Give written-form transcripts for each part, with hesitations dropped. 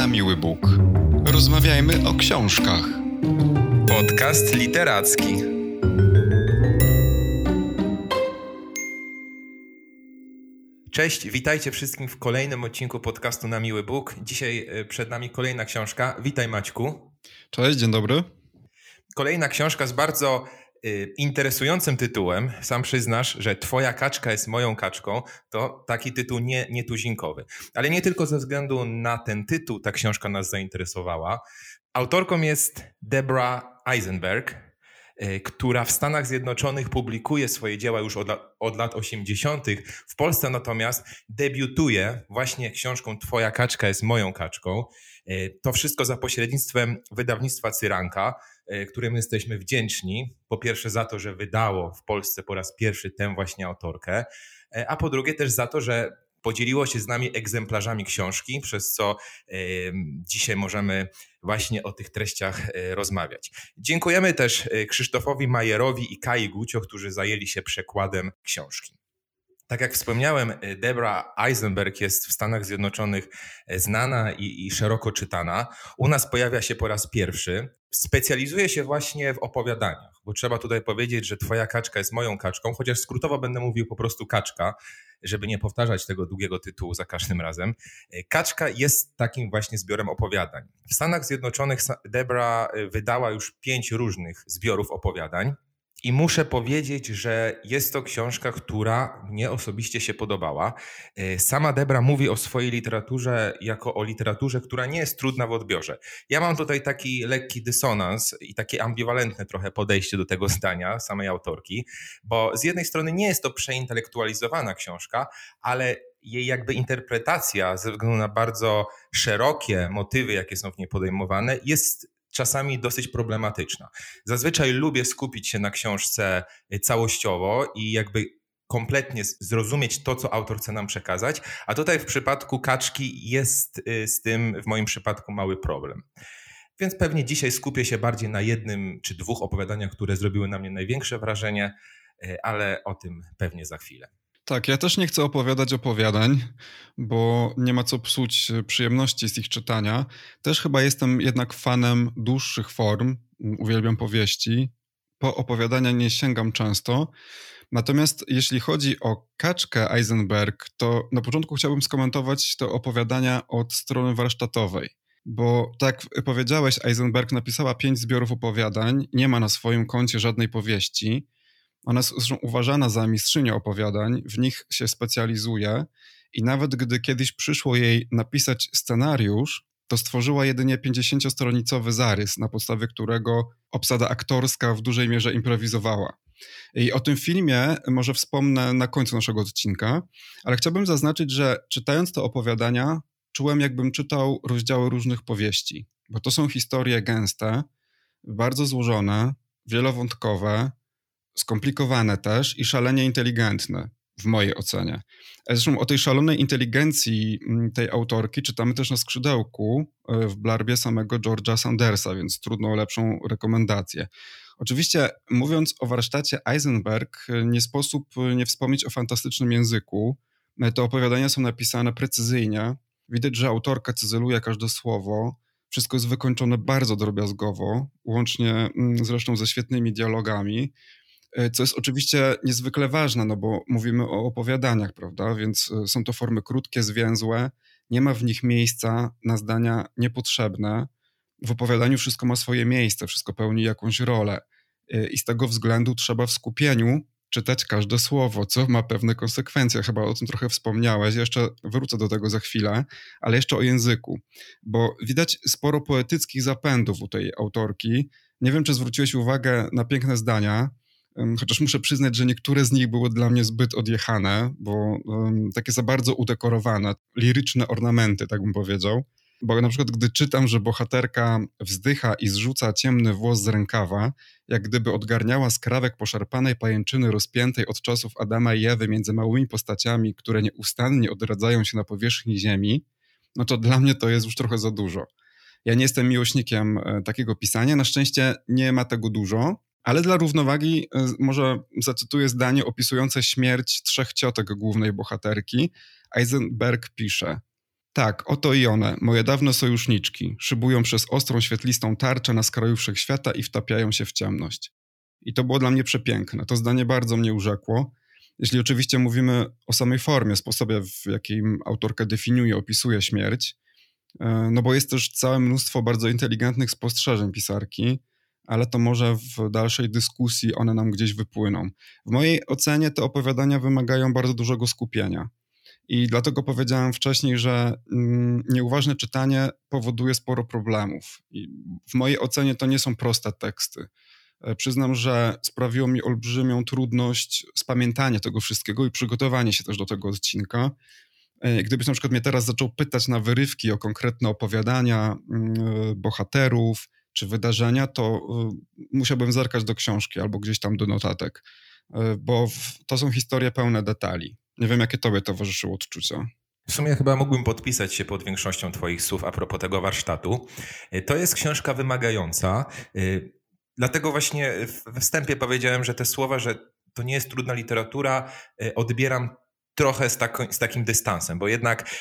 na miły Bóg. Rozmawiajmy o książkach. Podcast literacki. Cześć, witajcie wszystkim w kolejnym odcinku podcastu Na miły Bóg. Dzisiaj przed nami kolejna książka. Witaj, Maćku. Cześć, dzień dobry. Kolejna książka z bardzo interesującym tytułem. Sam przyznasz, że Twoja kaczka jest moją kaczką. To taki tytuł nietuzinkowy. Ale nie tylko ze względu na ten tytuł ta książka nas zainteresowała. Autorką jest Deborah Eisenberg, która w Stanach Zjednoczonych publikuje swoje dzieła już od lat 80. W Polsce natomiast debiutuje właśnie książką Twoja kaczka jest moją kaczką. To wszystko za pośrednictwem wydawnictwa Cyranka, którym jesteśmy wdzięczni. Po pierwsze za to, że wydało w Polsce po raz pierwszy tę właśnie autorkę, a po drugie też za to, że podzieliło się z nami egzemplarzami książki, przez co dzisiaj możemy właśnie o tych treściach rozmawiać. Dziękujemy też Krzysztofowi Majerowi i Kai Gucio, którzy zajęli się przekładem książki. Tak jak wspomniałem, Deborah Eisenberg jest w Stanach Zjednoczonych znana i szeroko czytana. U nas pojawia się po raz pierwszy. Specjalizuje się właśnie w opowiadaniach, bo trzeba tutaj powiedzieć, że Twoja kaczka jest moją kaczką, chociaż skrótowo będę mówił po prostu kaczka, żeby nie powtarzać tego długiego tytułu za każdym razem. Kaczka jest takim właśnie zbiorem opowiadań. W Stanach Zjednoczonych Deborah wydała już 5 różnych zbiorów opowiadań. I muszę powiedzieć, że jest to książka, która mnie osobiście się podobała. Sama Deborah mówi o swojej literaturze jako o literaturze, która nie jest trudna w odbiorze. Ja mam tutaj taki lekki dysonans i takie ambiwalentne trochę podejście do tego zdania samej autorki, bo z jednej strony nie jest to przeintelektualizowana książka, ale jej jakby interpretacja ze względu na bardzo szerokie motywy, jakie są w niej podejmowane, jest czasami dosyć problematyczna. Zazwyczaj lubię skupić się na książce całościowo i jakby kompletnie zrozumieć to, co autor chce nam przekazać, a tutaj w przypadku kaczki jest z tym w moim przypadku mały problem. Więc pewnie dzisiaj skupię się bardziej na jednym czy dwóch opowiadaniach, które zrobiły na mnie największe wrażenie, ale o tym pewnie za chwilę. Tak, ja też nie chcę opowiadać opowiadań, bo nie ma co psuć przyjemności z ich czytania. Też chyba jestem jednak fanem dłuższych form, uwielbiam powieści. Po opowiadania nie sięgam często. Natomiast jeśli chodzi o kaczkę Eisenberg, to na początku chciałbym skomentować te opowiadania od strony warsztatowej. Bo tak jak powiedziałeś, Eisenberg napisała 5 zbiorów opowiadań, nie ma na swoim koncie żadnej powieści. Ona jest zresztą uważana za mistrzynię opowiadań, w nich się specjalizuje i nawet gdy kiedyś przyszło jej napisać scenariusz, to stworzyła jedynie 50-stronicowy zarys, na podstawie którego obsada aktorska w dużej mierze improwizowała. I o tym filmie może wspomnę na końcu naszego odcinka, ale chciałbym zaznaczyć, że czytając te opowiadania, czułem jakbym czytał rozdziały różnych powieści, bo to są historie gęste, bardzo złożone, wielowątkowe, skomplikowane też i szalenie inteligentne, w mojej ocenie. Zresztą o tej szalonej inteligencji tej autorki czytamy też na skrzydełku w blarbie samego George'a Sandersa, więc trudno o lepszą rekomendację. Oczywiście mówiąc o warsztacie Eisenberg, nie sposób nie wspomnieć o fantastycznym języku. Te opowiadania są napisane precyzyjnie. Widać, że autorka cyzeluje każde słowo. Wszystko jest wykończone bardzo drobiazgowo, łącznie zresztą ze świetnymi dialogami. Co jest oczywiście niezwykle ważne, no bo mówimy o opowiadaniach, prawda, więc są to formy krótkie, zwięzłe, nie ma w nich miejsca na zdania niepotrzebne. W opowiadaniu wszystko ma swoje miejsce, wszystko pełni jakąś rolę i z tego względu trzeba w skupieniu czytać każde słowo, co ma pewne konsekwencje. Chyba o tym trochę wspomniałeś, jeszcze wrócę do tego za chwilę, ale jeszcze o języku, bo widać sporo poetyckich zapędów u tej autorki. Nie wiem, czy zwróciłeś uwagę na piękne zdania, chociaż muszę przyznać, że niektóre z nich były dla mnie zbyt odjechane, bo takie za bardzo udekorowane, liryczne ornamenty, tak bym powiedział. Bo na przykład gdy czytam, że bohaterka wzdycha i zrzuca ciemny włos z rękawa, jak gdyby odgarniała skrawek poszarpanej pajęczyny rozpiętej od czasów Adama i Ewy między małymi postaciami, które nieustannie odradzają się na powierzchni ziemi, no to dla mnie to jest już trochę za dużo. Ja nie jestem miłośnikiem takiego pisania, na szczęście nie ma tego dużo, ale dla równowagi może zacytuję zdanie opisujące śmierć 3 ciotek głównej bohaterki. Eisenberg pisze: Tak, oto i one, moje dawne sojuszniczki, szybują przez ostrą, świetlistą tarczę na skraju wszechświata i wtapiają się w ciemność. I to było dla mnie przepiękne. To zdanie bardzo mnie urzekło. Jeśli oczywiście mówimy o samej formie, sposobie, w jakim autorka definiuje, opisuje śmierć, no bo jest też całe mnóstwo bardzo inteligentnych spostrzeżeń pisarki, ale to może w dalszej dyskusji one nam gdzieś wypłyną. W mojej ocenie te opowiadania wymagają bardzo dużego skupienia. I dlatego powiedziałem wcześniej, że nieuważne czytanie powoduje sporo problemów. I w mojej ocenie to nie są proste teksty. Przyznam, że sprawiło mi olbrzymią trudność spamiętanie tego wszystkiego i przygotowanie się też do tego odcinka. Gdybyś na przykład mnie teraz zaczął pytać na wyrywki o konkretne opowiadania, bohaterów czy wydarzenia, to musiałbym zerkać do książki albo gdzieś tam do notatek, bo to są historie pełne detali. Nie wiem, jakie tobie towarzyszyły odczucia. W sumie chyba mógłbym podpisać się pod większością twoich słów a propos tego warsztatu. To jest książka wymagająca, dlatego właśnie we wstępie powiedziałem, że te słowa, że to nie jest trudna literatura, odbieram trochę z takim dystansem, bo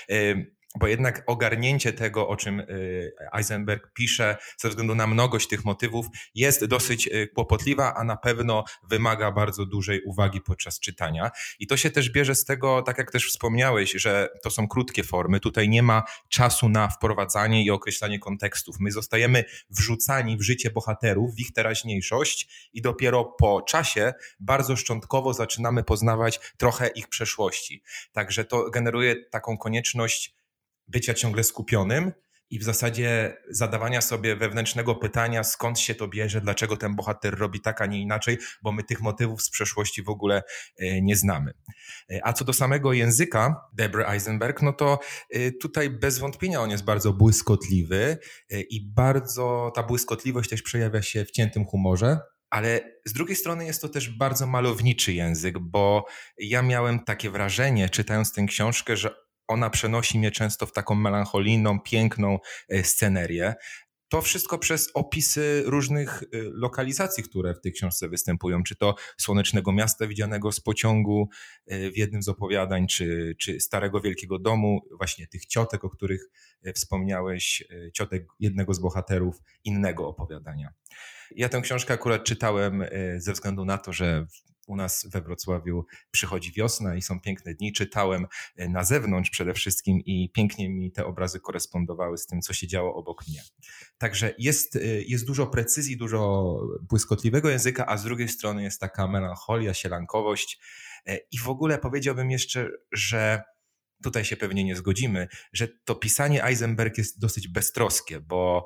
jednak ogarnięcie tego, o czym Eisenberg pisze, ze względu na mnogość tych motywów, jest dosyć kłopotliwa, a na pewno wymaga bardzo dużej uwagi podczas czytania. I to się też bierze z tego, tak jak też wspomniałeś, że to są krótkie formy. Tutaj nie ma czasu na wprowadzanie i określanie kontekstów. My zostajemy wrzucani w życie bohaterów, w ich teraźniejszość i dopiero po czasie bardzo szczątkowo zaczynamy poznawać trochę ich przeszłości. Także to generuje taką konieczność bycia ciągle skupionym i w zasadzie zadawania sobie wewnętrznego pytania, skąd się to bierze, dlaczego ten bohater robi tak, a nie inaczej, bo my tych motywów z przeszłości w ogóle nie znamy. A co do samego języka Debry Eisenberg, no to tutaj bez wątpienia on jest bardzo błyskotliwy i bardzo ta błyskotliwość też przejawia się w ciętym humorze. Ale z drugiej strony jest to też bardzo malowniczy język, bo ja miałem takie wrażenie, czytając tę książkę, że ona przenosi mnie często w taką melancholijną, piękną scenerię. To wszystko przez opisy różnych lokalizacji, które w tej książce występują, czy to Słonecznego Miasta widzianego z pociągu w jednym z opowiadań, czy Starego Wielkiego Domu, właśnie tych ciotek, o których wspomniałeś, ciotek jednego z bohaterów innego opowiadania. Ja tę książkę akurat czytałem ze względu na to, że u nas we Wrocławiu przychodzi wiosna i są piękne dni. Czytałem na zewnątrz przede wszystkim i pięknie mi te obrazy korespondowały z tym, co się działo obok mnie. Także jest dużo precyzji, dużo błyskotliwego języka, a z drugiej strony jest taka melancholia, sielankowość. I w ogóle powiedziałbym jeszcze, że tutaj się pewnie nie zgodzimy, że to pisanie Eisenberg jest dosyć beztroskie,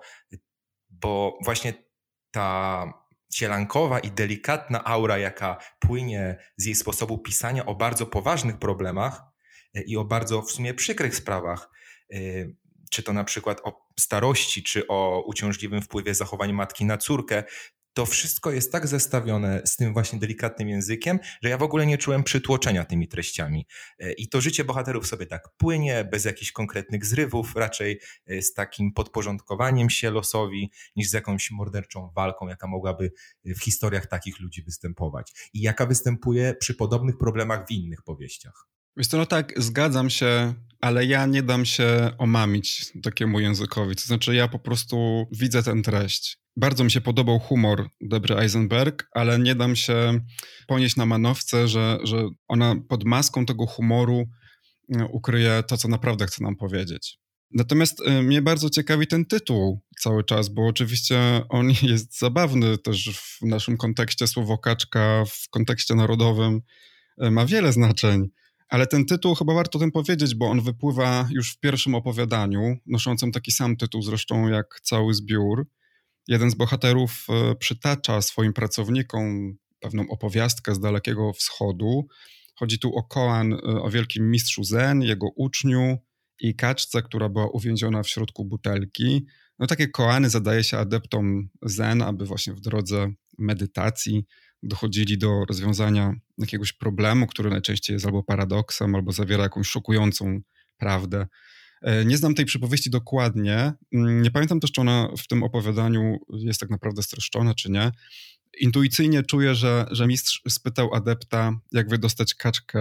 bo właśnie ta sielankowa i delikatna aura, jaka płynie z jej sposobu pisania o bardzo poważnych problemach i o bardzo w sumie przykrych sprawach, czy to na przykład o starości, czy o uciążliwym wpływie zachowań matki na córkę, to wszystko jest tak zestawione z tym właśnie delikatnym językiem, że ja w ogóle nie czułem przytłoczenia tymi treściami. I to życie bohaterów sobie tak płynie, bez jakichś konkretnych zrywów, raczej z takim podporządkowaniem się losowi, niż z jakąś morderczą walką, jaka mogłaby w historiach takich ludzi występować. I jaka występuje przy podobnych problemach w innych powieściach. Wiesz co, no tak, zgadzam się, ale ja nie dam się omamić takiemu językowi. To znaczy ja po prostu widzę tę treść. Bardzo mi się podobał humor Debry Eisenberg, ale nie dam się ponieść na manowce, że ona pod maską tego humoru ukryje to, co naprawdę chce nam powiedzieć. Natomiast mnie bardzo ciekawi ten tytuł cały czas, bo oczywiście on jest zabawny też w naszym kontekście. Słowo kaczka w kontekście narodowym ma wiele znaczeń. Ale ten tytuł chyba warto o tym powiedzieć, bo on wypływa już w pierwszym opowiadaniu, noszącym taki sam tytuł zresztą jak cały zbiór. Jeden z bohaterów przytacza swoim pracownikom pewną opowiastkę z Dalekiego Wschodu. Chodzi tu o koan o wielkim mistrzu zen, jego uczniu i kaczce, która była uwięziona w środku butelki. No takie koany zadaje się adeptom zen, aby właśnie w drodze medytacji dochodzili do rozwiązania jakiegoś problemu, który najczęściej jest albo paradoksem, albo zawiera jakąś szokującą prawdę. Nie znam tej przypowieści dokładnie. Nie pamiętam też, czy ona w tym opowiadaniu jest tak naprawdę streszczona, czy nie. Intuicyjnie czuję, że mistrz spytał adepta, jak wydostać kaczkę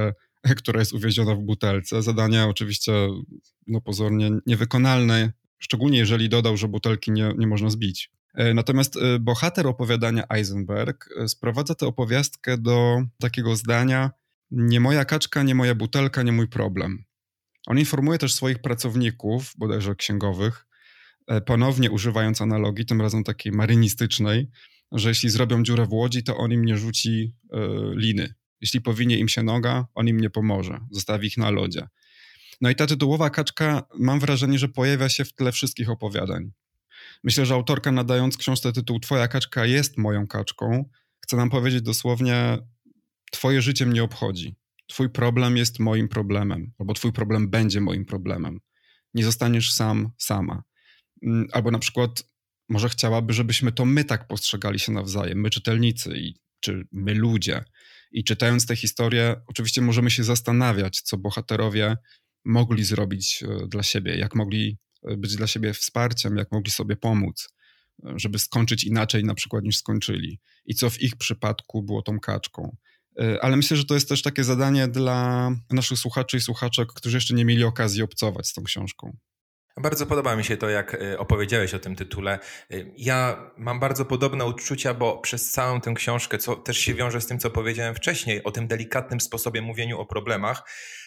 która jest uwieziona w butelce. Zadanie oczywiście pozornie niewykonalne, szczególnie jeżeli dodał, że butelki nie można zbić. Natomiast bohater opowiadania Eisenberg sprowadza tę opowiastkę do takiego zdania: nie moja kaczka, nie moja butelka, nie mój problem. On informuje też swoich pracowników, bodajże księgowych, ponownie używając analogii, tym razem takiej marynistycznej, że jeśli zrobią dziurę w łodzi, to on im nie rzuci liny. Jeśli powinie im się noga, on im nie pomoże. Zostawi ich na lodzie. No i ta tytułowa kaczka, mam wrażenie, że pojawia się w tle wszystkich opowiadań. Myślę, że autorka, nadając książce tytuł Twoja kaczka jest moją kaczką, chce nam powiedzieć dosłownie: twoje życie mnie obchodzi. Twój problem jest moim problemem. Albo twój problem będzie moim problemem. Nie zostaniesz sam, sama. Albo na przykład może chciałaby, żebyśmy to my tak postrzegali się nawzajem. My czytelnicy, czy my ludzie. I czytając tę historię, oczywiście możemy się zastanawiać, co bohaterowie mogli zrobić dla siebie, jak mogli być dla siebie wsparciem, jak mogli sobie pomóc, żeby skończyć inaczej na przykład niż skończyli. I co w ich przypadku było tą kaczką. Ale myślę, że to jest też takie zadanie dla naszych słuchaczy i słuchaczek, którzy jeszcze nie mieli okazji obcować z tą książką. Bardzo podoba mi się to, jak opowiedziałeś o tym tytule. Ja mam bardzo podobne uczucia, bo przez całą tę książkę, co też się wiąże z tym, co powiedziałem wcześniej, o tym delikatnym sposobie mówieniu o problemach,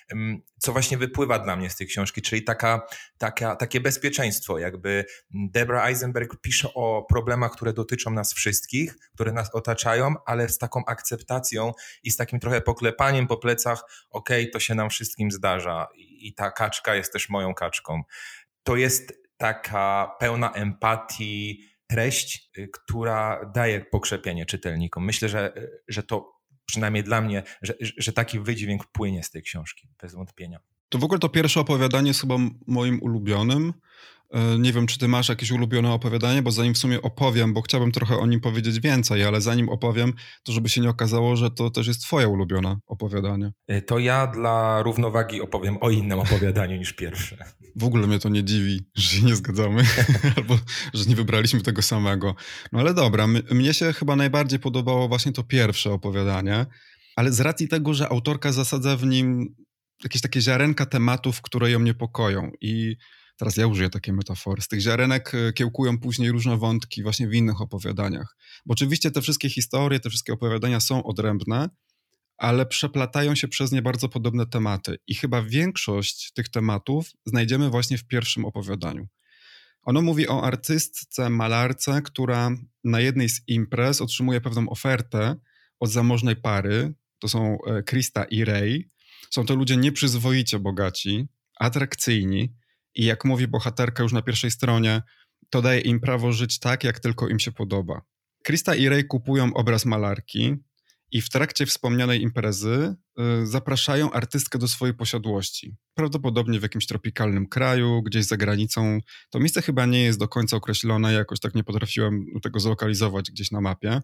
co właśnie wypływa dla mnie z tej książki, czyli takie bezpieczeństwo. Jakby Deborah Eisenberg pisze o problemach, które dotyczą nas wszystkich, które nas otaczają, ale z taką akceptacją i z takim trochę poklepaniem po plecach: okej, to się nam wszystkim zdarza i ta kaczka jest też moją kaczką. To jest taka pełna empatii treść, która daje pokrzepienie czytelnikom. Myślę, że to przynajmniej dla mnie, że taki wydźwięk płynie z tej książki, bez wątpienia. To w ogóle to pierwsze opowiadanie jest chyba moim ulubionym. Nie wiem, czy ty masz jakieś ulubione opowiadanie, bo zanim w sumie opowiem, bo chciałbym trochę o nim powiedzieć więcej, ale zanim opowiem, to żeby się nie okazało, że to też jest twoje ulubione opowiadanie. To ja dla równowagi opowiem o innym opowiadaniu niż pierwsze. W ogóle mnie to nie dziwi, że się nie zgadzamy, albo że nie wybraliśmy tego samego. No ale dobra, mnie się chyba najbardziej podobało właśnie to pierwsze opowiadanie, ale z racji tego, że autorka zasadza w nim jakieś takie ziarenka tematów, które ją niepokoją. I teraz ja użyję takiej metafory. Z tych ziarenek kiełkują później różne wątki właśnie w innych opowiadaniach. Bo oczywiście te wszystkie historie, te wszystkie opowiadania są odrębne, ale przeplatają się przez nie bardzo podobne tematy. I chyba większość tych tematów znajdziemy właśnie w pierwszym opowiadaniu. Ono mówi o artystce, malarce, która na jednej z imprez otrzymuje pewną ofertę od zamożnej pary. To są Krista i Ray. Są to ludzie nieprzyzwoicie bogaci, atrakcyjni i jak mówi bohaterka już na pierwszej stronie, to daje im prawo żyć tak, jak tylko im się podoba. Krista i Ray kupują obraz malarki i w trakcie wspomnianej imprezy zapraszają artystkę do swojej posiadłości. Prawdopodobnie w jakimś tropikalnym kraju, gdzieś za granicą. To miejsce chyba nie jest do końca określone, jakoś tak nie potrafiłem tego zlokalizować gdzieś na mapie.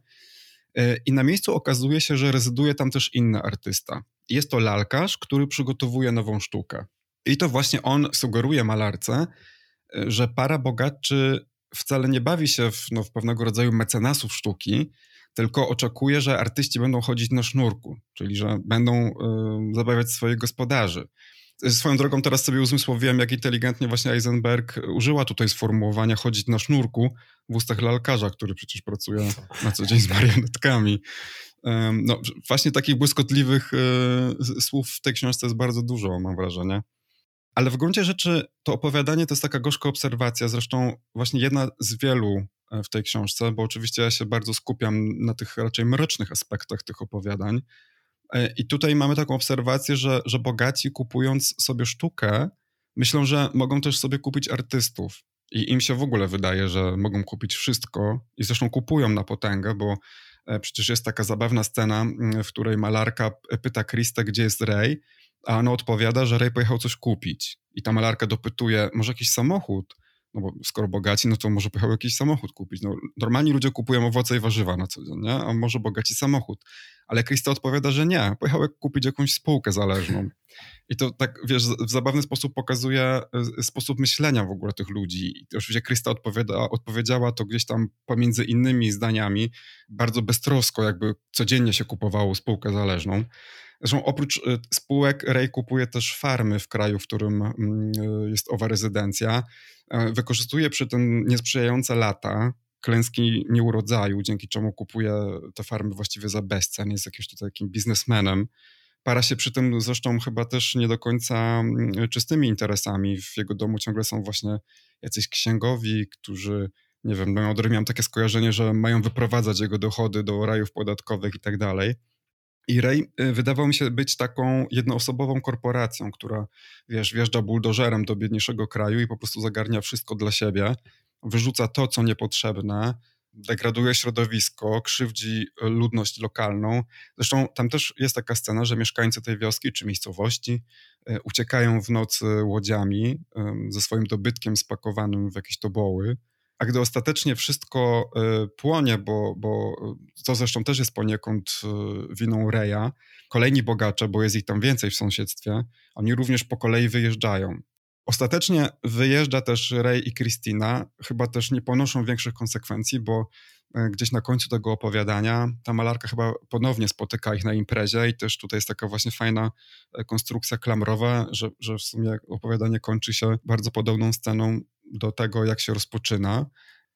I na miejscu okazuje się, że rezyduje tam też inny artysta. Jest to lalkarz, który przygotowuje nową sztukę. I to właśnie on sugeruje malarce, że para bogaczy wcale nie bawi się w pewnego rodzaju mecenasów sztuki, tylko oczekuje, że artyści będą chodzić na sznurku, czyli że będą zabawiać swoich gospodarzy. Swoją drogą teraz sobie uzmysłowiłem, jak inteligentnie właśnie Eisenberg użyła tutaj sformułowania chodzić na sznurku w ustach lalkarza, który przecież pracuje na co dzień z marionetkami. No, właśnie takich błyskotliwych słów w tej książce jest bardzo dużo, mam wrażenie. Ale w gruncie rzeczy to opowiadanie to jest taka gorzka obserwacja, zresztą właśnie jedna z wielu w tej książce, bo oczywiście ja się bardzo skupiam na tych raczej mrocznych aspektach tych opowiadań. I tutaj mamy taką obserwację, że bogaci kupując sobie sztukę, myślą, że mogą też sobie kupić artystów. I im się w ogóle wydaje, że mogą kupić wszystko i zresztą kupują na potęgę, bo przecież jest taka zabawna scena, w której malarka pyta Kristę, gdzie jest Ray, a ona odpowiada, że Ray pojechał coś kupić. I ta malarka dopytuje, może jakiś samochód? No bo skoro bogaci, no to może pojechał jakiś samochód kupić. No, normalni ludzie kupują owoce i warzywa na co dzień, nie? A może bogaci samochód. Ale Krista odpowiada, że nie. Pojechał kupić jakąś spółkę zależną. I to tak, wiesz, w zabawny sposób pokazuje sposób myślenia w ogóle tych ludzi. I oczywiście Krista odpowiedziała to gdzieś tam pomiędzy innymi zdaniami, bardzo beztrosko, jakby codziennie się kupowało spółkę zależną. Zresztą oprócz spółek Ray kupuje też farmy w kraju, w którym jest owa rezydencja. Wykorzystuje przy tym niesprzyjające lata, klęski nieurodzaju, dzięki czemu kupuje te farmy właściwie za bezcen. Jest jakimś tutaj takim biznesmenem. Para się przy tym zresztą chyba też nie do końca czystymi interesami. W jego domu ciągle są właśnie jacyś księgowi, którzy, nie wiem, no, miałem takie skojarzenie, że mają wyprowadzać jego dochody do rajów podatkowych i tak dalej. I Ray wydawał mi się być taką jednoosobową korporacją, która, wiesz, wjeżdża buldożerem do biedniejszego kraju i po prostu zagarnia wszystko dla siebie, wyrzuca to, co niepotrzebne, degraduje środowisko, krzywdzi ludność lokalną. Zresztą tam też jest taka scena, że mieszkańcy tej wioski czy miejscowości uciekają w nocy łodziami ze swoim dobytkiem spakowanym w jakieś toboły. A gdy ostatecznie wszystko płonie, bo to zresztą też jest poniekąd winą Raya, kolejni bogacze, bo jest ich tam więcej w sąsiedztwie, oni również po kolei wyjeżdżają. Ostatecznie wyjeżdża też Ray i Christina, chyba też nie ponoszą większych konsekwencji, bo gdzieś na końcu tego opowiadania ta malarka chyba ponownie spotyka ich na imprezie i też tutaj jest taka właśnie fajna konstrukcja klamrowa, że w sumie opowiadanie kończy się bardzo podobną sceną do tego, jak się rozpoczyna.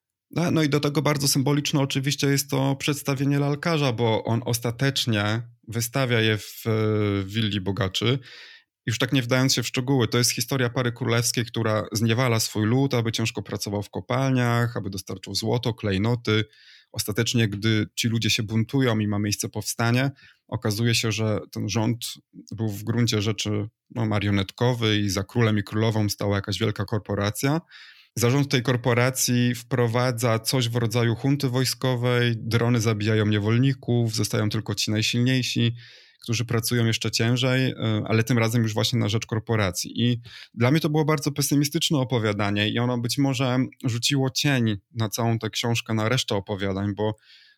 No i do tego bardzo symboliczne oczywiście jest to przedstawienie lalkarza, bo on ostatecznie wystawia je w willi bogaczy. Już tak nie wdając się w szczegóły, to jest historia pary królewskiej, która zniewala swój lud, aby ciężko pracował w kopalniach, aby dostarczył złoto, klejnoty. Ostatecznie, gdy ci ludzie się buntują i ma miejsce powstanie, okazuje się, że ten rząd był w gruncie rzeczy marionetkowy i za królem i królową stała jakaś wielka korporacja. Zarząd tej korporacji wprowadza coś w rodzaju hunty wojskowej, drony zabijają niewolników, zostają tylko ci najsilniejsi, którzy pracują jeszcze ciężej, ale tym razem już właśnie na rzecz korporacji. I dla mnie to było bardzo pesymistyczne opowiadanie i ono być może rzuciło cień na całą tę książkę, na resztę opowiadań, bo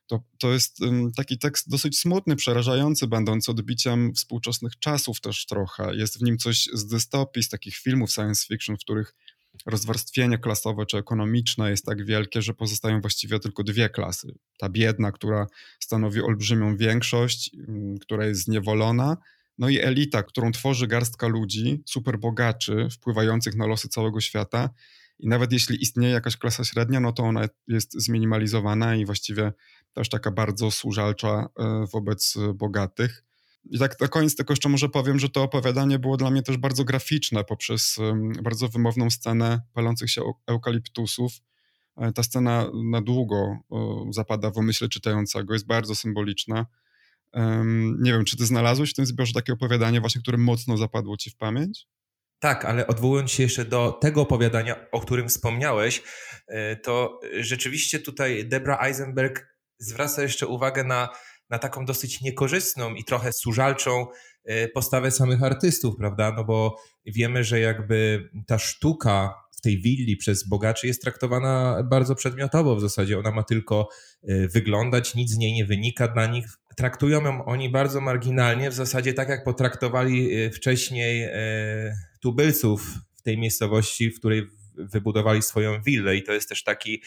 to jest taki tekst dosyć smutny, przerażający, będący odbiciem współczesnych czasów też trochę. Jest w nim coś z dystopii, z takich filmów science fiction, w których rozwarstwienie klasowe czy ekonomiczne jest tak wielkie, że pozostają właściwie tylko dwie klasy. Ta biedna, która stanowi olbrzymią większość, która jest zniewolona, no i elita, którą tworzy garstka ludzi, superbogaczy, wpływających na losy całego świata. I nawet jeśli istnieje jakaś klasa średnia, no to ona jest zminimalizowana i właściwie też taka bardzo służalcza wobec bogatych. I tak na koniec tylko jeszcze może powiem, że to opowiadanie było dla mnie też bardzo graficzne poprzez bardzo wymowną scenę palących się eukaliptusów. Ta scena na długo zapada w umyśle czytającego, jest bardzo symboliczna. Nie wiem, czy ty znalazłeś w tym zbiorze takie opowiadanie właśnie, które mocno zapadło ci w pamięć? Tak, ale odwołując się jeszcze do tego opowiadania, o którym wspomniałeś, to rzeczywiście tutaj Debra Eisenberg zwraca jeszcze uwagę na taką dosyć niekorzystną i trochę służalczą postawę samych artystów, prawda? No bo wiemy, że jakby ta sztuka w tej willi przez bogaczy jest traktowana bardzo przedmiotowo w zasadzie. Ona ma tylko wyglądać, nic z niej nie wynika dla nich. Traktują ją oni bardzo marginalnie, w zasadzie tak jak potraktowali wcześniej tubylców w tej miejscowości, w której wybudowali swoją willę i to jest też taki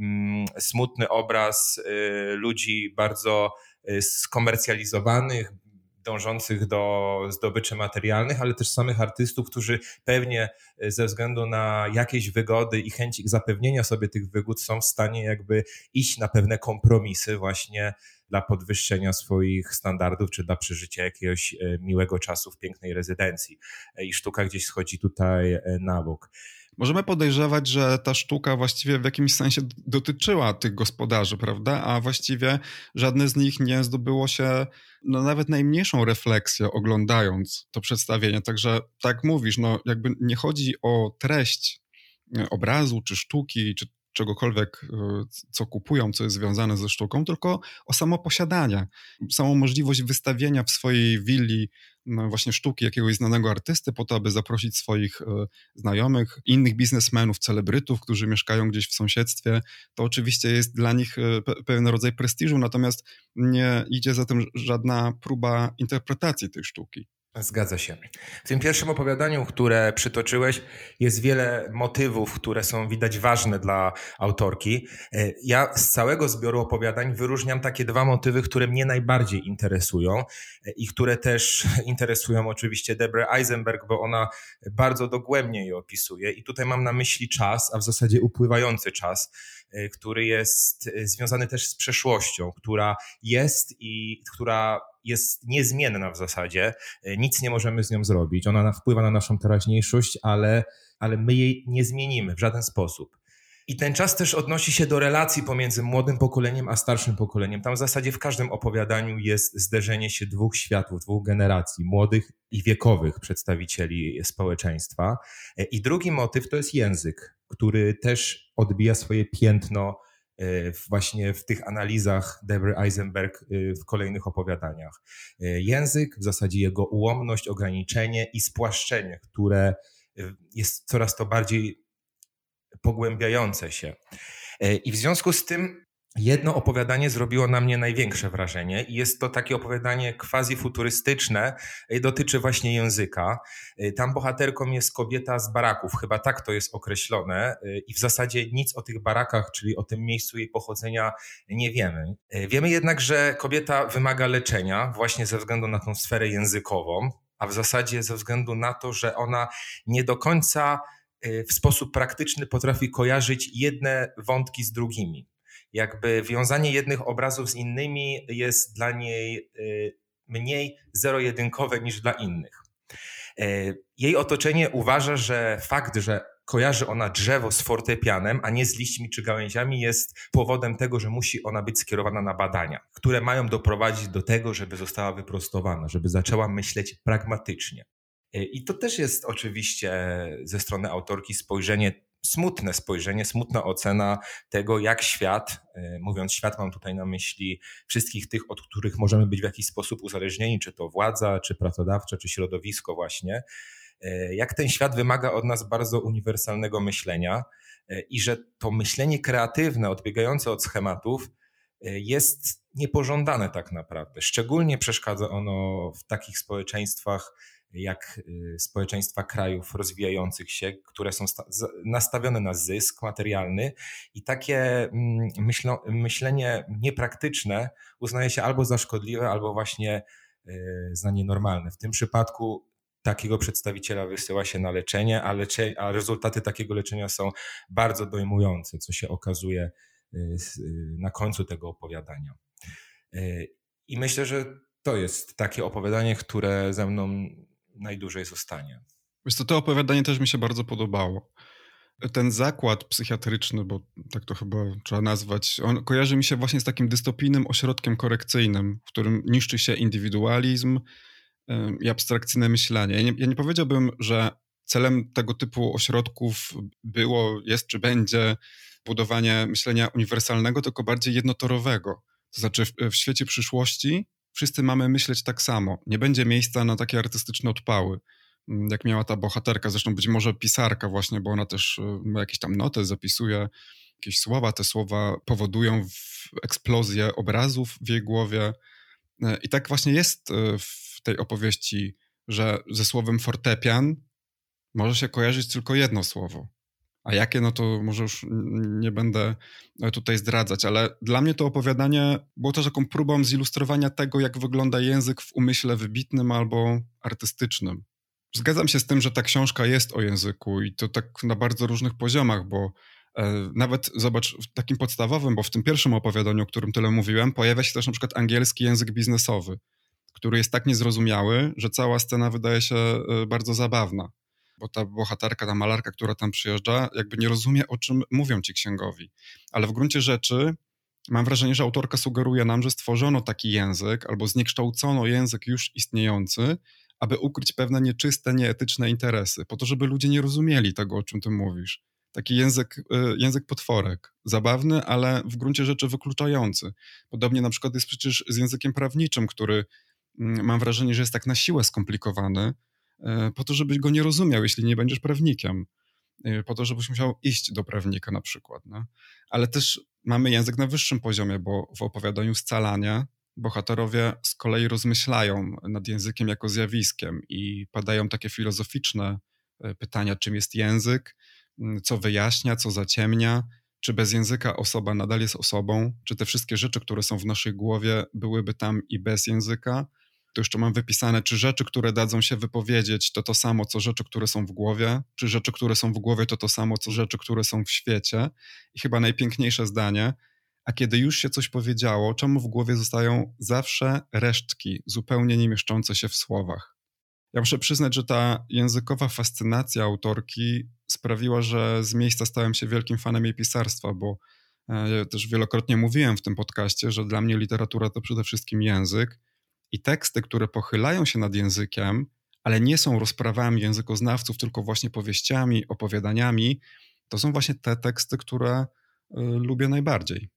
smutny obraz ludzi bardzo skomercjalizowanych, dążących do zdobyczy materialnych, ale też samych artystów, którzy pewnie ze względu na jakieś wygody i chęć zapewnienia sobie tych wygód są w stanie jakby iść na pewne kompromisy właśnie dla podwyższenia swoich standardów, czy dla przeżycia jakiegoś miłego czasu w pięknej rezydencji. I sztuka gdzieś schodzi tutaj na bok. Możemy podejrzewać, że ta sztuka właściwie w jakimś sensie dotyczyła tych gospodarzy, prawda? A właściwie żadne z nich nie zdobyło się nawet najmniejszą refleksję oglądając to przedstawienie. Także tak mówisz, jakby nie chodzi o treść obrazu, czy sztuki, czy czegokolwiek, co kupują, co jest związane ze sztuką, tylko o samo posiadanie, samą możliwość wystawienia w swojej willi właśnie sztuki jakiegoś znanego artysty po to, aby zaprosić swoich znajomych, innych biznesmenów, celebrytów, którzy mieszkają gdzieś w sąsiedztwie. To oczywiście jest dla nich pewien rodzaj prestiżu, natomiast nie idzie za tym żadna próba interpretacji tej sztuki. Zgadza się. W tym pierwszym opowiadaniu, które przytoczyłeś, jest wiele motywów, które są widać ważne dla autorki. Ja z całego zbioru opowiadań wyróżniam takie dwa motywy, które mnie najbardziej interesują i które też interesują oczywiście Deborah Eisenberg, bo ona bardzo dogłębnie je opisuje. I tutaj mam na myśli czas, a w zasadzie upływający czas, który jest związany też z przeszłością, która jest i która jest niezmienna w zasadzie. Nic nie możemy z nią zrobić. Ona wpływa na naszą teraźniejszość, ale my jej nie zmienimy w żaden sposób. I ten czas też odnosi się do relacji pomiędzy młodym pokoleniem a starszym pokoleniem. Tam w zasadzie w każdym opowiadaniu jest zderzenie się dwóch światów, dwóch generacji, młodych i wiekowych przedstawicieli społeczeństwa. I drugi motyw to jest język, który też odbija swoje piętno właśnie w tych analizach Deborah Eisenberg w kolejnych opowiadaniach. Język, w zasadzie jego ułomność, ograniczenie i spłaszczenie, które jest coraz to bardziej pogłębiające się. I w związku z tym jedno opowiadanie zrobiło na mnie największe wrażenie i jest to takie opowiadanie quasi-futurystyczne, dotyczy właśnie języka. Tam bohaterką jest kobieta z baraków, chyba tak to jest określone i w zasadzie nic o tych barakach, czyli o tym miejscu jej pochodzenia nie wiemy. Wiemy jednak, że kobieta wymaga leczenia właśnie ze względu na tą sferę językową, a w zasadzie ze względu na to, że ona nie do końca w sposób praktyczny potrafi kojarzyć jedne wątki z drugimi. Jakby wiązanie jednych obrazów z innymi jest dla niej mniej zero-jedynkowe niż dla innych. Jej otoczenie uważa, że fakt, że kojarzy ona drzewo z fortepianem, a nie z liśćmi czy gałęziami, jest powodem tego, że musi ona być skierowana na badania, które mają doprowadzić do tego, żeby została wyprostowana, żeby zaczęła myśleć pragmatycznie. I to też jest oczywiście ze strony autorki spojrzenie, smutna ocena tego, jak świat, mówiąc świat, mam tutaj na myśli wszystkich tych, od których możemy być w jakiś sposób uzależnieni, czy to władza, czy pracodawca, czy środowisko właśnie, jak ten świat wymaga od nas bardzo uniwersalnego myślenia i że to myślenie kreatywne, odbiegające od schematów jest niepożądane tak naprawdę. Szczególnie przeszkadza ono w takich społeczeństwach, jak społeczeństwa krajów rozwijających się, które są nastawione na zysk materialny i takie myślenie niepraktyczne uznaje się albo za szkodliwe, albo właśnie za nienormalne. W tym przypadku takiego przedstawiciela wysyła się na leczenie, a rezultaty takiego leczenia są bardzo dojmujące, co się okazuje na końcu tego opowiadania. I myślę, że to jest takie opowiadanie, które ze mną najdłużej zostanie. Wiesz co, to opowiadanie też mi się bardzo podobało. Ten zakład psychiatryczny, bo tak to chyba trzeba nazwać, on kojarzy mi się właśnie z takim dystopijnym ośrodkiem korekcyjnym, w którym niszczy się indywidualizm i abstrakcyjne myślenie. Ja nie powiedziałbym, że celem tego typu ośrodków było, jest czy będzie budowanie myślenia uniwersalnego, tylko bardziej jednotorowego. To znaczy w świecie przyszłości wszyscy mamy myśleć tak samo. Nie będzie miejsca na takie artystyczne odpały, jak miała ta bohaterka, zresztą być może pisarka właśnie, bo ona też ma jakieś tam noty, zapisuje jakieś słowa, te słowa powodują eksplozję obrazów w jej głowie. I tak właśnie jest w tej opowieści, że ze słowem fortepian może się kojarzyć tylko jedno słowo. A jakie, no to może już nie będę tutaj zdradzać, ale dla mnie to opowiadanie było też taką próbą zilustrowania tego, jak wygląda język w umyśle wybitnym albo artystycznym. Zgadzam się z tym, że ta książka jest o języku i to tak na bardzo różnych poziomach, bo nawet zobacz, w takim podstawowym, bo w tym pierwszym opowiadaniu, o którym tyle mówiłem, pojawia się też na przykład angielski język biznesowy, który jest tak niezrozumiały, że cała scena wydaje się bardzo zabawna. Bo ta bohaterka, ta malarka, która tam przyjeżdża, jakby nie rozumie, o czym mówią ci księgowi. Ale w gruncie rzeczy mam wrażenie, że autorka sugeruje nam, że stworzono taki język albo zniekształcono język już istniejący, aby ukryć pewne nieczyste, nieetyczne interesy, po to, żeby ludzie nie rozumieli tego, o czym ty mówisz. Taki język potworek. Zabawny, ale w gruncie rzeczy wykluczający. Podobnie na przykład jest przecież z językiem prawniczym, który mam wrażenie, że jest tak na siłę skomplikowany, po to, żebyś go nie rozumiał, jeśli nie będziesz prawnikiem. Po to, żebyś musiał iść do prawnika na przykład. No? Ale też mamy język na wyższym poziomie, bo w opowiadaniu Scalania bohaterowie z kolei rozmyślają nad językiem jako zjawiskiem i padają takie filozoficzne pytania, czym jest język, co wyjaśnia, co zaciemnia, czy bez języka osoba nadal jest osobą, czy te wszystkie rzeczy, które są w naszej głowie, byłyby tam i bez języka. To jeszcze mam wypisane, czy rzeczy, które dadzą się wypowiedzieć, to samo, co rzeczy, które są w głowie, czy rzeczy, które są w głowie, to samo, co rzeczy, które są w świecie. I chyba najpiękniejsze zdanie, a kiedy już się coś powiedziało, czemu w głowie zostają zawsze resztki, zupełnie nie mieszczące się w słowach? Ja muszę przyznać, że ta językowa fascynacja autorki sprawiła, że z miejsca stałem się wielkim fanem jej pisarstwa, bo ja też wielokrotnie mówiłem w tym podcaście, że dla mnie literatura to przede wszystkim język i teksty, które pochylają się nad językiem, ale nie są rozprawami językoznawców, tylko właśnie powieściami, opowiadaniami, to są właśnie te teksty, które lubię najbardziej.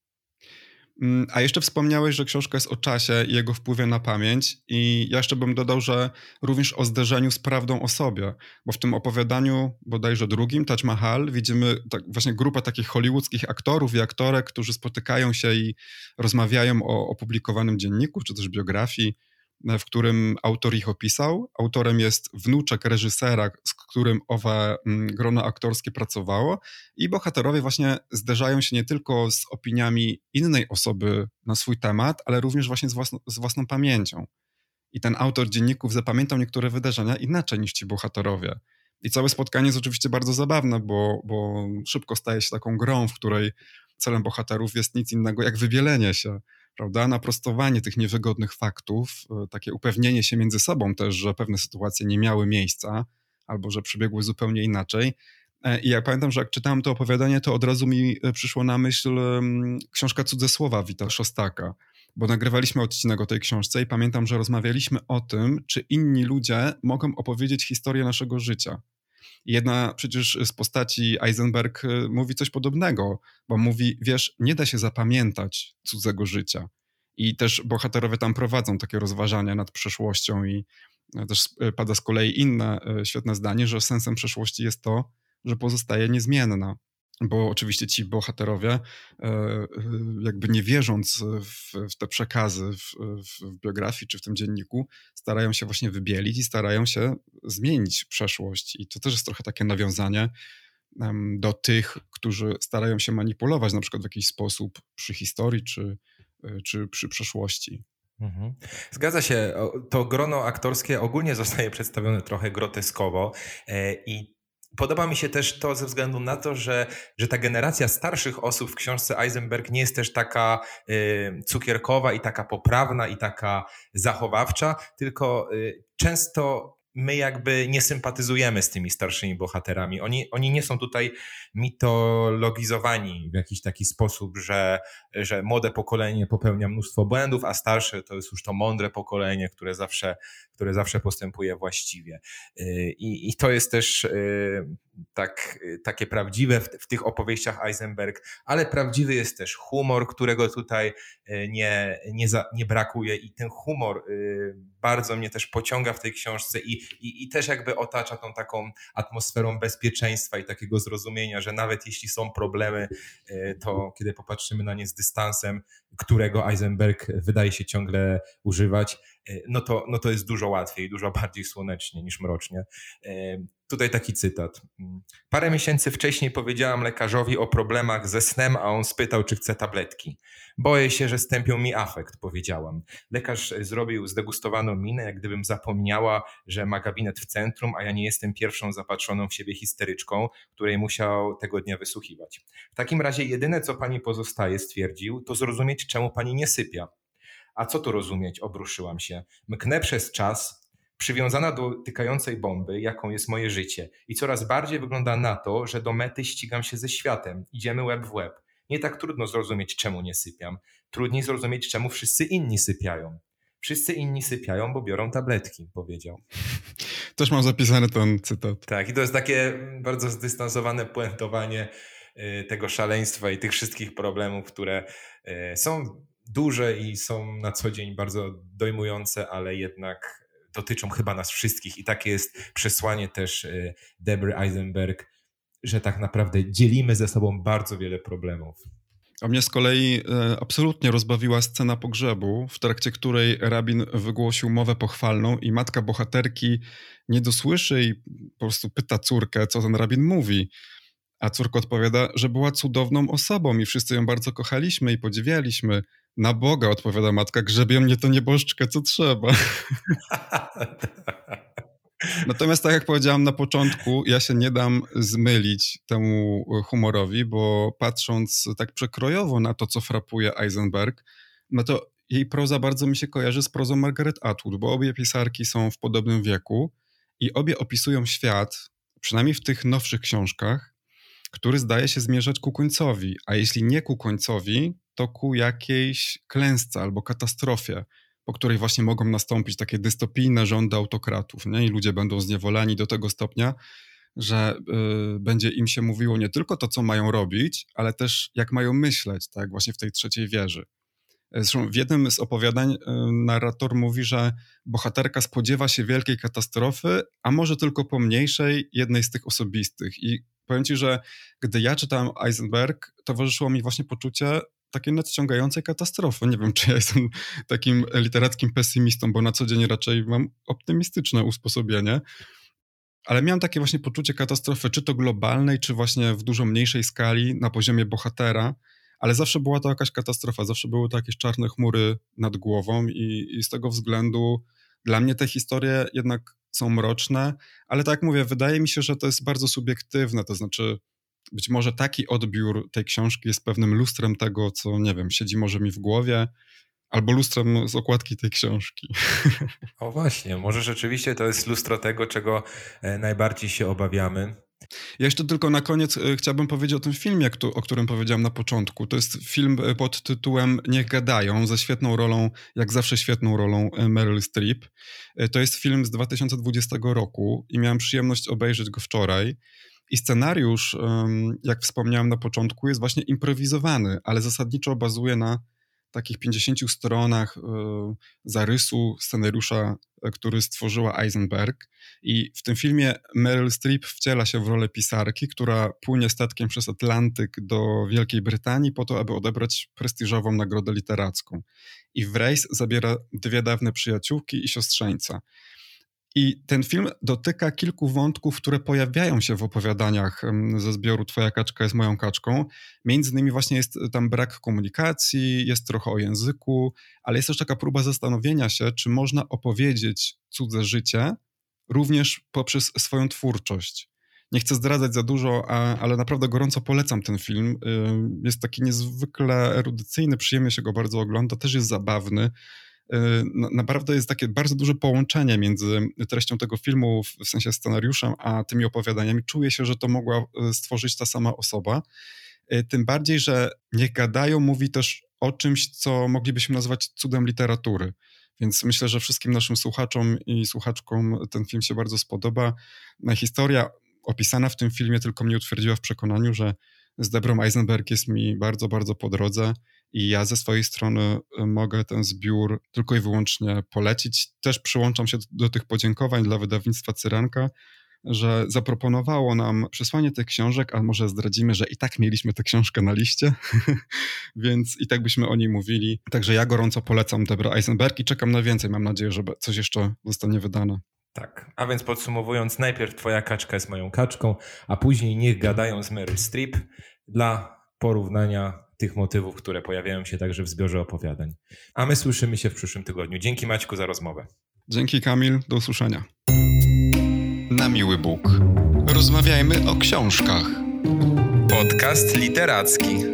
A jeszcze wspomniałeś, że książka jest o czasie i jego wpływie na pamięć i ja jeszcze bym dodał, że również o zderzeniu z prawdą o sobie, bo w tym opowiadaniu bodajże drugim, Taj Mahal, widzimy właśnie grupę takich hollywoodzkich aktorów i aktorek, którzy spotykają się i rozmawiają o opublikowanym dzienniku, czy też biografii, w którym autor ich opisał. Autorem jest wnuczek reżysera, z którym owe grono aktorskie pracowało i bohaterowie właśnie zderzają się nie tylko z opiniami innej osoby na swój temat, ale również właśnie z własną pamięcią. I ten autor dzienników zapamiętał niektóre wydarzenia inaczej niż ci bohaterowie. I całe spotkanie jest oczywiście bardzo zabawne, bo szybko staje się taką grą, w której celem bohaterów jest nic innego jak wybielenie się, prawda? Naprostowanie tych niewygodnych faktów, takie upewnienie się między sobą też, że pewne sytuacje nie miały miejsca albo że przebiegły zupełnie inaczej. I ja pamiętam, że jak czytałem to opowiadanie, to od razu mi przyszło na myśl książka Cudze słowa Wita Szostaka, bo nagrywaliśmy odcinek o tej książce i pamiętam, że rozmawialiśmy o tym, czy inni ludzie mogą opowiedzieć historię naszego życia. Jedna przecież z postaci Eisenberg mówi coś podobnego, bo mówi, wiesz, nie da się zapamiętać cudzego życia. I też bohaterowie tam prowadzą takie rozważania nad przeszłością i też pada z kolei inne świetne zdanie, że sensem przeszłości jest to, że pozostaje niezmienna. Bo oczywiście ci bohaterowie, jakby nie wierząc w te przekazy w biografii czy w tym dzienniku, starają się właśnie wybielić i starają się zmienić przeszłość. I to też jest trochę takie nawiązanie do tych, którzy starają się manipulować na przykład w jakiś sposób przy historii czy przy przeszłości. Zgadza się. To grono aktorskie ogólnie zostaje przedstawione trochę groteskowo i podoba mi się też to ze względu na to, że ta generacja starszych osób w książce Eisenberg nie jest też taka cukierkowa i taka poprawna i taka zachowawcza, tylko często my jakby nie sympatyzujemy z tymi starszymi bohaterami. Oni nie są tutaj mitologizowani w jakiś taki sposób, że młode pokolenie popełnia mnóstwo błędów, a starsze to jest już to mądre pokolenie, które zawsze postępuje właściwie. I to jest też takie prawdziwe w tych opowieściach Eisenberg, ale prawdziwy jest też humor, którego tutaj nie brakuje i ten humor bardzo mnie też pociąga w tej książce i też jakby otacza tą taką atmosferą bezpieczeństwa i takiego zrozumienia, że nawet jeśli są problemy, to kiedy popatrzymy na nie z dystansem, którego Eisenberg wydaje się ciągle używać, no to jest dużo łatwiej, dużo bardziej słonecznie niż mrocznie. Tutaj taki cytat. Parę miesięcy wcześniej powiedziałam lekarzowi o problemach ze snem, a on spytał, czy chcę tabletki. Boję się, że stępią mi afekt, powiedziałam. Lekarz zrobił zdegustowaną minę, jak gdybym zapomniała, że ma gabinet w centrum, a ja nie jestem pierwszą zapatrzoną w siebie histeryczką, której musiał tego dnia wysłuchiwać. W takim razie jedyne, co pani pozostaje, stwierdził, to zrozumieć, czemu pani nie sypia. A co tu rozumieć? Obruszyłam się. Mknę przez czas, przywiązana do tykającej bomby, jaką jest moje życie. I coraz bardziej wygląda na to, że do mety ścigam się ze światem. Idziemy łeb w łeb. Nie tak trudno zrozumieć, czemu nie sypiam. Trudniej zrozumieć, czemu wszyscy inni sypiają. Wszyscy inni sypiają, bo biorą tabletki, powiedział. Też mam zapisany ten cytat. Tak, i to jest takie bardzo zdystansowane puentowanie tego szaleństwa i tych wszystkich problemów, które są duże i są na co dzień bardzo dojmujące, ale jednak dotyczą chyba nas wszystkich i takie jest przesłanie też Debry Eisenberg, że tak naprawdę dzielimy ze sobą bardzo wiele problemów. A mnie z kolei absolutnie rozbawiła scena pogrzebu, w trakcie której rabin wygłosił mowę pochwalną i matka bohaterki nie dosłyszy i po prostu pyta córkę, co ten rabin mówi. A córka odpowiada, że była cudowną osobą i wszyscy ją bardzo kochaliśmy i podziwialiśmy. Na Boga, odpowiada matka, grzebie mnie to nieboszczkę, co trzeba. Natomiast tak jak powiedziałam na początku, ja się nie dam zmylić temu humorowi, bo patrząc tak przekrojowo na to, co frapuje Eisenberg, no to jej proza bardzo mi się kojarzy z prozą Margaret Atwood, bo obie pisarki są w podobnym wieku i obie opisują świat, przynajmniej w tych nowszych książkach, który zdaje się zmierzać ku końcowi, a jeśli nie ku końcowi, to ku jakiejś klęsce albo katastrofie, po której właśnie mogą nastąpić takie dystopijne rządy autokratów, nie? I ludzie będą zniewoleni do tego stopnia, że będzie im się mówiło nie tylko to, co mają robić, ale też jak mają myśleć, tak właśnie w tej trzeciej wieży. Zresztą w jednym z opowiadań narrator mówi, że bohaterka spodziewa się wielkiej katastrofy, a może tylko pomniejszej, jednej z tych osobistych. I powiem ci, że gdy ja czytałem Eisenberg, towarzyszyło mi właśnie poczucie takiej nadciągającej katastrofy. Nie wiem, czy ja jestem takim literackim pesymistą, bo na co dzień raczej mam optymistyczne usposobienie, ale miałem takie właśnie poczucie katastrofy, czy to globalnej, czy właśnie w dużo mniejszej skali, na poziomie bohatera, ale zawsze była to jakaś katastrofa, zawsze były to jakieś czarne chmury nad głową i z tego względu dla mnie te historie jednak są mroczne, ale tak jak mówię, wydaje mi się, że to jest bardzo subiektywne, to znaczy być może taki odbiór tej książki jest pewnym lustrem tego, co, nie wiem, siedzi może mi w głowie, albo lustrem z okładki tej książki. O właśnie, może rzeczywiście to jest lustro tego, czego najbardziej się obawiamy. Ja jeszcze tylko na koniec chciałbym powiedzieć o tym filmie, o którym powiedziałem na początku. To jest film pod tytułem Niech gadają, ze świetną rolą, jak zawsze świetną rolą Meryl Streep. To jest film z 2020 roku i miałem przyjemność obejrzeć go wczoraj. I scenariusz, jak wspomniałem na początku, jest właśnie improwizowany, ale zasadniczo bazuje na takich 50 stronach zarysu scenariusza, który stworzyła Eisenberg. I w tym filmie Meryl Streep wciela się w rolę pisarki, która płynie statkiem przez Atlantyk do Wielkiej Brytanii po to, aby odebrać prestiżową nagrodę literacką. I w rejs zabiera dwie dawne przyjaciółki i siostrzeńca. I ten film dotyka kilku wątków, które pojawiają się w opowiadaniach ze zbioru Twoja kaczka jest moją kaczką. Między innymi właśnie jest tam brak komunikacji, jest trochę o języku, ale jest też taka próba zastanowienia się, czy można opowiedzieć cudze życie również poprzez swoją twórczość. Nie chcę zdradzać za dużo, ale naprawdę gorąco polecam ten film. Jest taki niezwykle erudycyjny, przyjemnie się go bardzo ogląda, też jest zabawny. Naprawdę jest takie bardzo duże połączenie między treścią tego filmu, w sensie scenariuszem, a tymi opowiadaniami. Czuję się, że to mogła stworzyć ta sama osoba. Tym bardziej, że Niech gadają mówi też o czymś, co moglibyśmy nazwać cudem literatury. Więc myślę, że wszystkim naszym słuchaczom i słuchaczkom ten film się bardzo spodoba. Historia opisana w tym filmie tylko mnie utwierdziła w przekonaniu, że z Deborą Eisenberg jest mi bardzo, bardzo po drodze i ja ze swojej strony mogę ten zbiór tylko i wyłącznie polecić. Też przyłączam się do tych podziękowań dla wydawnictwa Cyranka, że zaproponowało nam przesłanie tych książek, a może zdradzimy, że i tak mieliśmy tę książkę na liście, więc i tak byśmy o niej mówili. Także ja gorąco polecam Deborah Eisenberg i czekam na więcej. Mam nadzieję, że coś jeszcze zostanie wydane. Tak, a więc podsumowując, najpierw Twoja kaczka jest moją kaczką, a później Niech gadają z Meryl Streep dla porównania tych motywów, które pojawiają się także w zbiorze opowiadań. A my słyszymy się w przyszłym tygodniu. Dzięki Maćku za rozmowę. Dzięki Kamil, do usłyszenia. Na miły Bóg. Rozmawiajmy o książkach. Podcast literacki.